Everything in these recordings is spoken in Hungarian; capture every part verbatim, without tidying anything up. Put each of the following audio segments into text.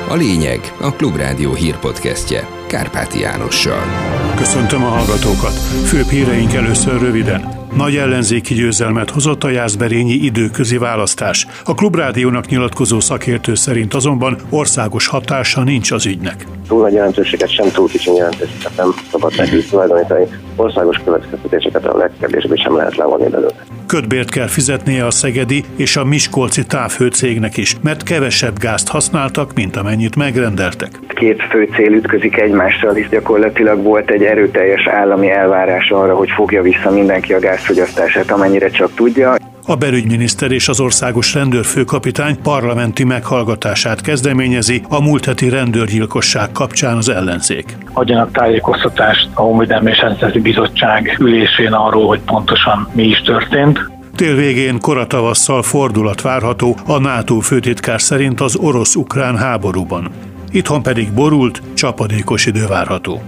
A lényeg a Klubrádió hírpodcastje Kárpáti Jánossal. Köszöntöm a hallgatókat! Főbb híreink először röviden. Nagy ellenzéki győzelmet hozott a jászberényi időközi választás. A Klubrádiónak nyilatkozó szakértő szerint azonban országos hatása nincs az ügynek. Túl nagy jelentőséget, sem túl kicsi jelentőséget nem szabad neki tulajdonítani. Országos következtetéseket a legkevésbé sem lehet levonni belőle. Kötbért kell fizetnie a szegedi és a miskolci távhőcégnek is, mert kevesebb gázt használtak, mint amennyit megrendeltek. Két fő cél ütközik egymással, és gyakorlatilag volt egy erőteljes állami elvárás arra, hogy fogja vissza mindenki a gázfogyasztását, amennyire csak tudja. A belügyminiszter és az országos rendőrfőkapitány parlamenti meghallgatását kezdeményezi a múlt heti rendőrgyilkosság kapcsán az ellenzék. Adjanak tájékoztatást a Honvédelmi és Rendszerzeti Bizottság ülésén arról, hogy pontosan mi is történt. Tél végén koratavasszal fordulat várható a NATO főtitkár szerint az orosz-ukrán háborúban. Itthon pedig borult, csapadékos idő várható.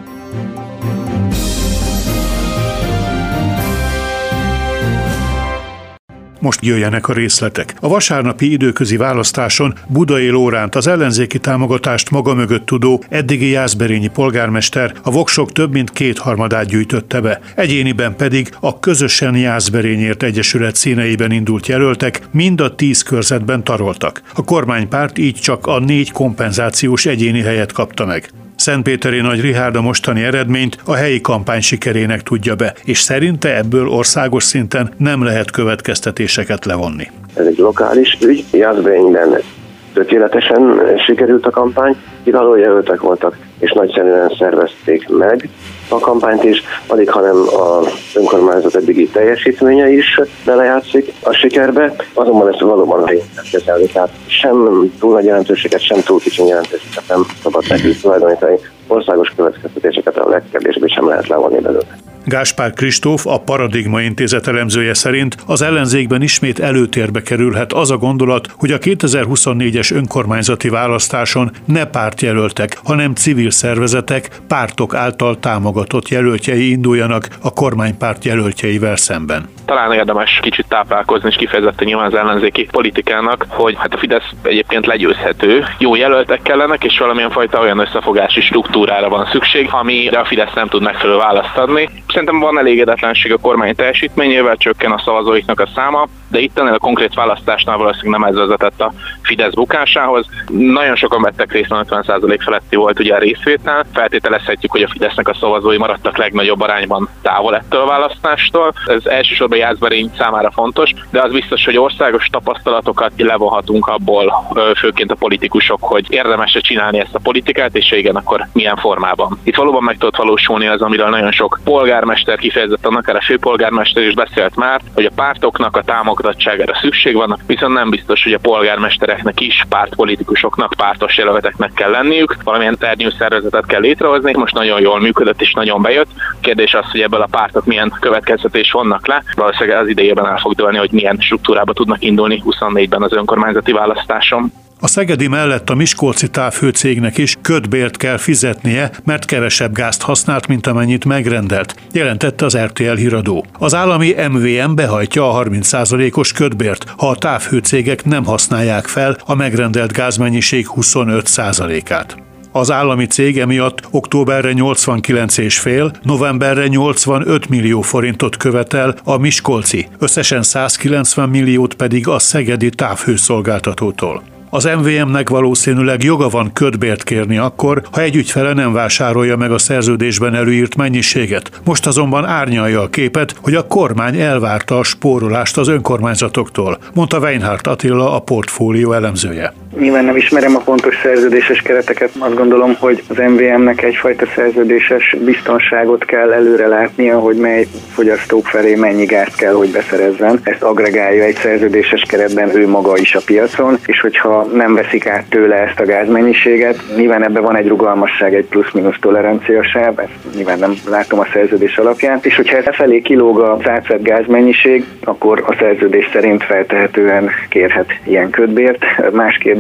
Most jöjjenek a részletek. A vasárnapi időközi választáson Budai Lóránt, az ellenzéki támogatást maga mögött tudó eddigi jászberényi polgármester a voksok több mint kétharmadát gyűjtötte be. Egyéniben pedig a Közösen Jászberényért Egyesület színeiben indult jelöltek mind a tíz körzetben taroltak. A kormánypárt így csak a négy kompenzációs egyéni helyet kapta meg. Szentpéteri Nagy Richárd a mostani eredményt a helyi kampány sikerének tudja be, és szerinte ebből országos szinten nem lehet következtetéseket levonni. Ez egy lokális ügy, Jászberényben tökéletesen sikerült a kampány, kiváló jelöltek voltak, és nagyszerűen szervezték meg a kampányt is, alig hanem az önkormányzat eddigi teljesítménye is belejátszik a sikerbe, azonban ezt valóban a helyet kezelni, tehát sem túl nagy jelentőséget, sem túl kicsi jelentőséget nem szabad neki tulajdonítani. Országos következtetéseket a legkevésbé sem lehet levonni belőle. Gáspár Kristóf, a Paradigma Intézet elemzője szerint az ellenzékben ismét előtérbe kerülhet az a gondolat, hogy a kétezer-huszonnégyes önkormányzati választáson ne pártjelöltek, hanem civil szervezetek, pártok által támogatott jelöltjei induljanak a kormánypárt jelöltjeivel szemben. Talán érdemes kicsit táplálkozni, és kifejezetten nyilván az ellenzéki politikának, hogy hát a Fidesz egyébként legyőzhető, jó jelöltek kellenek, és valamilyen fajta olyan összefogási struktúrára van szükség, amire a Fidesz nem tud megfelelő választ adni. Szerintem van elégedetlenség a kormány teljesítményével, csökken a szavazóiknak a száma, de itt ennél a konkrét választásnál valószínűleg nem ez vezetett a Fidesz bukásához. Nagyon sokan vettek részt, ötven százalék feletti volt ugye a részvétel. Feltételezhetjük, hogy a Fidesznek a szavazói maradtak legnagyobb arányban távol ettől a választástól. Ez elsősorban Jászberény számára fontos, de az biztos, hogy országos tapasztalatokat levonhatunk abból, főként a politikusok, hogy érdemes-e csinálni ezt a politikát, és igen, akkor milyen formában. Itt valóban meg tudott valósulni az, amiről nagyon sok polgármester kifejezetten, akár a főpolgármester is beszélt már, hogy a pártoknak a támogatottságára szükség van, viszont nem biztos, hogy a polgármestereknek is, pártpolitikusoknak, pártos jelölteknek kell lenniük, valamilyen ternyő szervezetet kell létrehozni. Most nagyon jól működött és nagyon bejött. Kérdés az, hogy ebből a pártok milyen következtetés vonnak le. Valószínűleg az idejében el fog dőlni, hogy milyen struktúrába tudnak indulni huszonnégyben az önkormányzati választáson. A szegedi mellett a miskolci távhőcégnek is kötbért kell fizetnie, mert kevesebb gázt használt, mint amennyit megrendelt, jelentette az er té el híradó. Az állami em vé em behajtja a harminc százalékos kötbért, ha a távhőcégek nem használják fel a megrendelt gázmennyiség huszonöt százalékát. Az állami cég emiatt októberre nyolcvankilenc egész öt, novemberre nyolcvanöt millió forintot követel a miskolci, összesen százkilencven milliót pedig a szegedi távhőszolgáltatótól. Az em vé em-nek valószínűleg joga van kötbért kérni akkor, ha egy ügyfele nem vásárolja meg a szerződésben előírt mennyiséget. Most azonban árnyalja a képet, hogy a kormány elvárta a spórolást az önkormányzatoktól, mondta Weinhardt Attila, a portfólió elemzője. Nyilván nem ismerem a pontos szerződéses kereteket, azt gondolom, hogy az em vé em-nek egyfajta szerződéses biztonságot kell előre látnia, hogy mely fogyasztók felé mennyi gázt kell, hogy beszerezzen. Ezt agregálja egy szerződéses keretben ő maga is a piacon, és hogyha nem veszik át tőle ezt a gázmennyiséget, nyilván ebben van egy rugalmasság, egy plusz-minusz toleranciasáv, ezt nyilván nem látom a szerződés alapján, és hogyha ez felé kilóg az átvett gázmennyiség, akkor a szerződés szerint feltehetően kérhet ilyen kötbért. Más kérdés,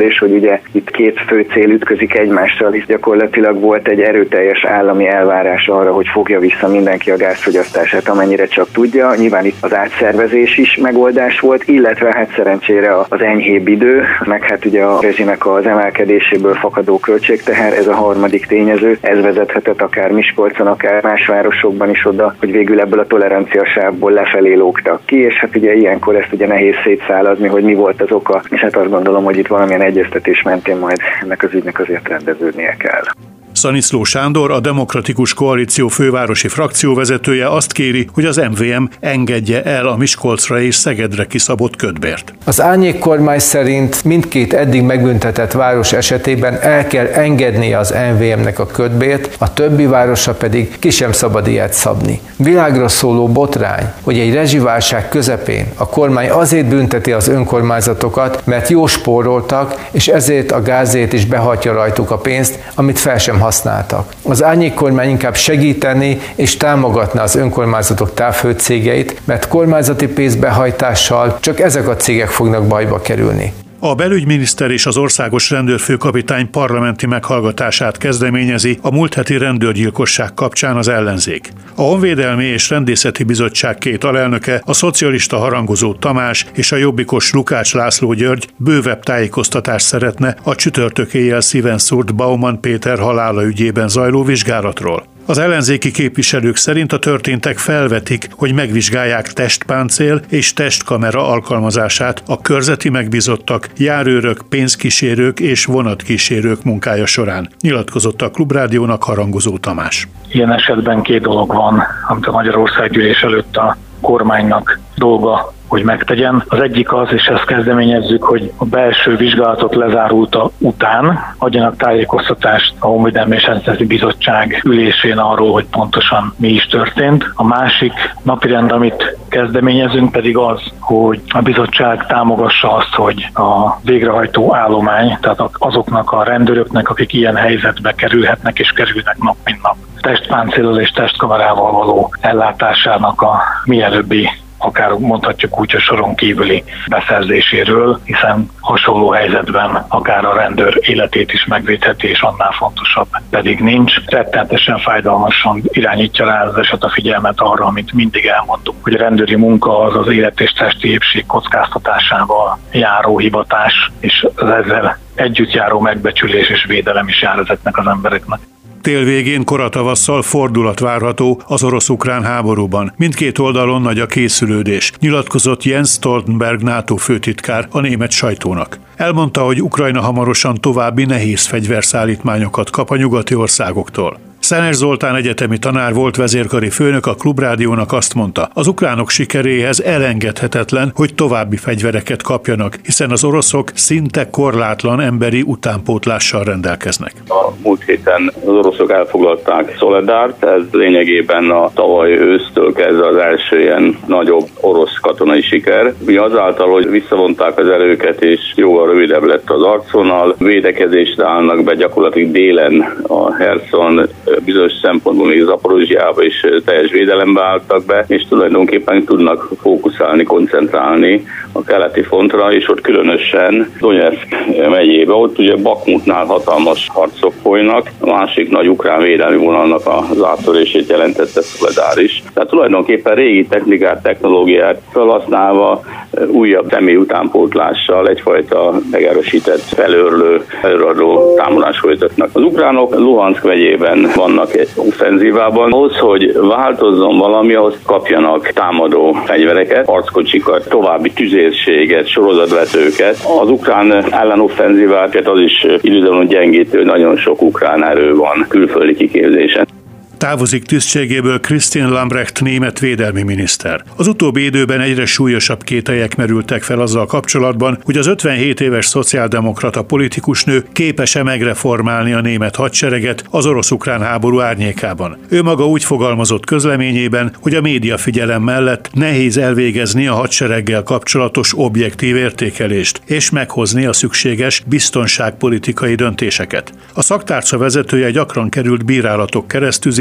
kérdés, hogy ugye itt két fő cél ütközik egymással, és gyakorlatilag volt egy erőteljes állami elvárás arra, hogy fogja vissza mindenki a gázfogyasztását, amennyire csak tudja. Nyilván itt az átszervezés is megoldás volt, illetve hát szerencsére az enyhébb idő, meg hát ugye a rezsinek az emelkedéséből fakadó költségteher, ez a harmadik tényező, ez vezethetett akár Miskolcon, akár más városokban is oda, hogy végül ebből a toleranciasávból lefelé lógtak ki, és hát ugye ilyenkor ezt ugye nehéz szétszálazni, hogy mi volt az oka, és hát azt gondolom, hogy itt valamilyen egyeztetés mentén majd ennek az ügynek azért rendeződnie kell. Szaniszló Sándor, a Demokratikus Koalíció fővárosi frakcióvezetője azt kéri, hogy az em vé em engedje el a Miskolcra és Szegedre kiszabott kötbért. Az árnyék kormány szerint mindkét eddig megbüntetett város esetében el kell engednie az em vé emnek a kötbért, a többi városra pedig ki sem szabad ilyet szabni. Világra szóló botrány, hogy egy rezsiválság közepén a kormány azért bünteti az önkormányzatokat, mert jó spóroltak, és ezért a gázért is behatja rajtuk a pénzt, amit fel sem használtak. Az árnyék kormány inkább segíteni és támogatná az önkormányzatok távhőcégeit, mert kormányzati pénzbehajtással csak ezek a cégek fognak bajba kerülni. A belügyminiszter és az országos rendőrfőkapitány parlamenti meghallgatását kezdeményezi a múlt heti rendőrgyilkosság kapcsán az ellenzék. A Honvédelmi és Rendészeti Bizottság két alelnöke, a szocialista harangozó Tamás és a jobbikos Lukács László György bővebb tájékoztatást szeretne a csütörtök éjjel szíven szúrt Bauman Péter halála ügyében zajló vizsgálatról. Az ellenzéki képviselők szerint a történtek felvetik, hogy megvizsgálják testpáncél és testkamera alkalmazását a körzeti megbízottak, járőrök, pénzkísérők és vonatkísérők munkája során, nyilatkozott a Klubrádiónak harangozó Tamás. Ilyen esetben két dolog van, amit a Magyarországgyűlés előtt a kormánynak dolga, hogy megtegyen. Az egyik az, és ezt kezdeményezzük, hogy a belső vizsgálatok lezárulta után adjanak tájékoztatást a Honvédelmi és Rendészeti Bizottság ülésén arról, hogy pontosan mi is történt. A másik napirend, amit kezdeményezünk, pedig az, hogy a bizottság támogassa azt, hogy a végrehajtó állomány, tehát azoknak a rendőröknek, akik ilyen helyzetbe kerülhetnek és kerülnek nap mint nap, testpáncéllal és testkamerával való ellátásának a mielőbbi, akár mondhatjuk úgy, a soron kívüli beszerzéséről, hiszen hasonló helyzetben akár a rendőr életét is megvédheti, és annál fontosabb pedig nincs. Rettenetesen fájdalmasan irányítja rá az eset a figyelmet arra, amit mindig elmondunk, hogy a rendőri munka az az élet és testi épség kockáztatásával járó hivatás, és az ezzel együtt járó megbecsülés és védelem is jár ezeknek az embereknek. Tél végén koratavasszal fordulat várható az orosz-ukrán háborúban. Mindkét oldalon nagy a készülődés, nyilatkozott Jens Stoltenberg NATO főtitkár a német sajtónak. Elmondta, hogy Ukrajna hamarosan további nehéz fegyverszállítmányokat kap a nyugati országoktól. Szenes Zoltán egyetemi tanár volt vezérkari főnök a Klubrádiónak azt mondta, az ukránok sikeréhez elengedhetetlen, hogy további fegyvereket kapjanak, hiszen az oroszok szinte korlátlan emberi utánpótlással rendelkeznek. A múlt héten az oroszok elfoglalták Szoledárt, ez lényegében a tavaly ősztől kezdve az első ilyen nagyobb orosz katonai siker. Mi azáltal, hogy visszavonták az erőket és jóval rövidebb lett az arcvonal, védekezésre állnak be gyakorlatilag délen a Herson, bizonyos szempontból még Zaporozsjába is teljes védelembe álltak be, és tulajdonképpen tudnak fókuszálni, koncentrálni a keleti frontra, és ott különösen Donetsk megyébe, ott ugye Bakmutnál hatalmas harcok folynak, a másik nagy ukrán védelmi vonalnak az áttörését jelentette Szoledár is. Tehát tulajdonképpen régi technikát, technológiát felhasználva, újabb személy utánpótlással egyfajta megerősített, felőrlő, előadó támadást folytatnak. Az ukránok Luhanszk megyében vannak egy offenzívában. Ahhoz, hogy változzon valami, ahhoz kapjanak támadó fegyvereket, harckocsikat, további tüzérséget, sorozatvetőket. Az ukrán ellenoffenzívákat az is időzően gyengítő, nagyon sok ukrán erő van külföldi kiképzésen. Távozik tisztségéből Christine Lambrecht német védelmi miniszter. Az utóbbi időben egyre súlyosabb kételyek merültek fel azzal kapcsolatban, hogy az ötvenhét éves szociáldemokrata politikusnő képes-e megreformálni a német hadsereget az orosz-ukrán háború árnyékában. Ő maga úgy fogalmazott közleményében, hogy a médiafigyelem mellett nehéz elvégezni a hadsereggel kapcsolatos objektív értékelést, és meghozni a szükséges biztonságpolitikai döntéseket. A szaktárca vezetője gyakran került bírálatok keresztüzébe,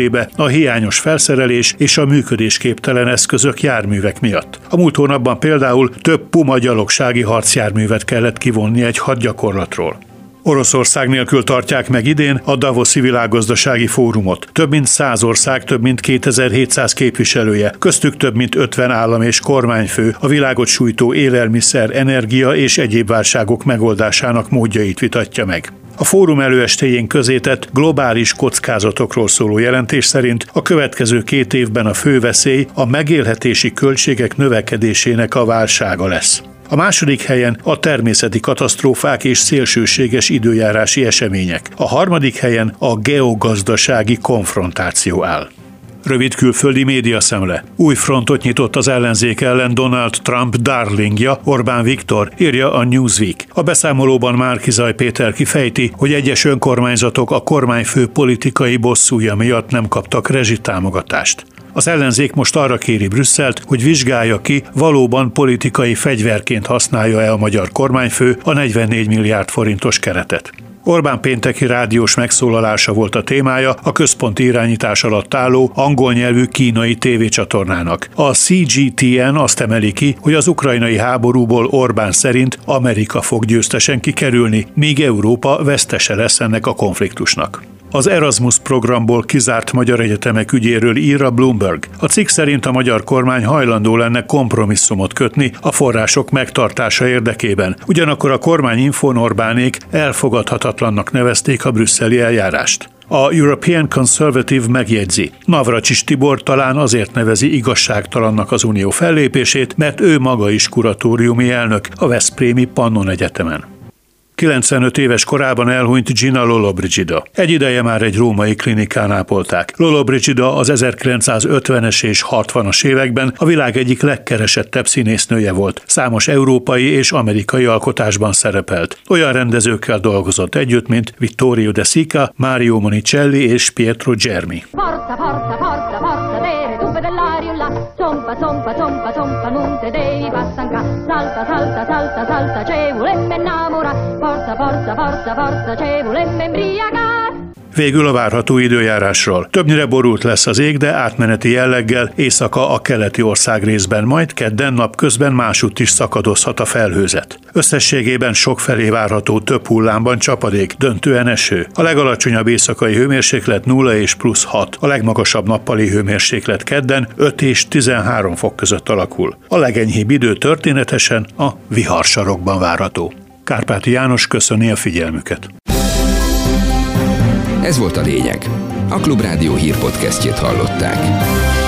függőségébe a hiányos felszerelés és a működésképtelen eszközök, járművek miatt. A múlt hónapban például több Puma gyalogsági harcjárművet kellett kivonni egy hadgyakorlatról. Oroszország nélkül tartják meg idén a Davoszi Világgazdasági Fórumot. Több mint száz ország, több mint kétezer-hétszáz képviselője, köztük több mint ötven állam és kormányfő a világot sújtó élelmiszer, energia és egyéb válságok megoldásának módjait vitatja meg. A fórum előestéjén közétett globális kockázatokról szóló jelentés szerint a következő két évben a fő veszély a megélhetési költségek növekedésének a válsága lesz. A második helyen a természeti katasztrófák és szélsőséges időjárási események. A harmadik helyen a geogazdasági konfrontáció áll. Rövid külföldi médiaszemle. Új frontot nyitott az ellenzék ellen Donald Trump darlingja, Orbán Viktor, írja a Newsweek. A beszámolóban Márki-Zay Péter kifejti, hogy egyes önkormányzatok a kormányfő politikai bosszúja miatt nem kaptak rezsitámogatást. Az ellenzék most arra kéri Brüsszelt, hogy vizsgálja ki, valóban politikai fegyverként használja-e a magyar kormányfő a negyvennégy milliárd forintos keretet. Orbán pénteki rádiós megszólalása volt a témája a központi irányítás alatt álló angol nyelvű kínai tévécsatornának. A C G T N azt emeli ki, hogy az ukrajnai háborúból Orbán szerint Amerika fog győztesen kikerülni, míg Európa vesztese lesz ennek a konfliktusnak. Az Erasmus programból kizárt magyar egyetemek ügyéről ír a Bloomberg. A cikk szerint a magyar kormány hajlandó lenne kompromisszumot kötni a források megtartása érdekében. Ugyanakkor a kormányinfón Orbánék elfogadhatatlannak nevezték a brüsszeli eljárást. A European Conservative megjegyzi, Navracsics Tibor talán azért nevezi igazságtalannak az unió fellépését, mert ő maga is kuratóriumi elnök a veszprémi Pannon Egyetemen. kilencvenöt éves korában elhunyt Gina Lollobrigida. Egy ideje már egy római klinikán ápolták. Lollobrigida az ezerkilencszázötvenes és hatvanas években a világ egyik legkeresettebb színésznője volt. Számos európai és amerikai alkotásban szerepelt. Olyan rendezőkkel dolgozott együtt, mint Vittorio De Sica, Mario Monicelli és Pietro Germi. Forza, forza, forza, forza, dere, tupe dell'aria là, zompa, zompa, zompa, zompa, monte dei passanca, salta, salta, salta, salta, ce volemme innamora, forza, forza, forza, forza, ce volemme embriagar. Végül a várható időjárásról. Többnyire borult lesz az ég, de átmeneti jelleggel éjszaka a keleti országrészben, majd kedden napközben másutt is szakadozhat a felhőzet. Összességében sokfelé várható több hullámban csapadék, döntően eső. A legalacsonyabb éjszakai hőmérséklet nulla és plusz hat, a legmagasabb nappali hőmérséklet kedden öt és tizenhárom fok között alakul. A legenyhébb idő történetesen a viharsarokban várható. Kárpáti János köszöni a figyelmüket. Ez volt a lényeg. A Klubrádió hírpodcastjét hallották.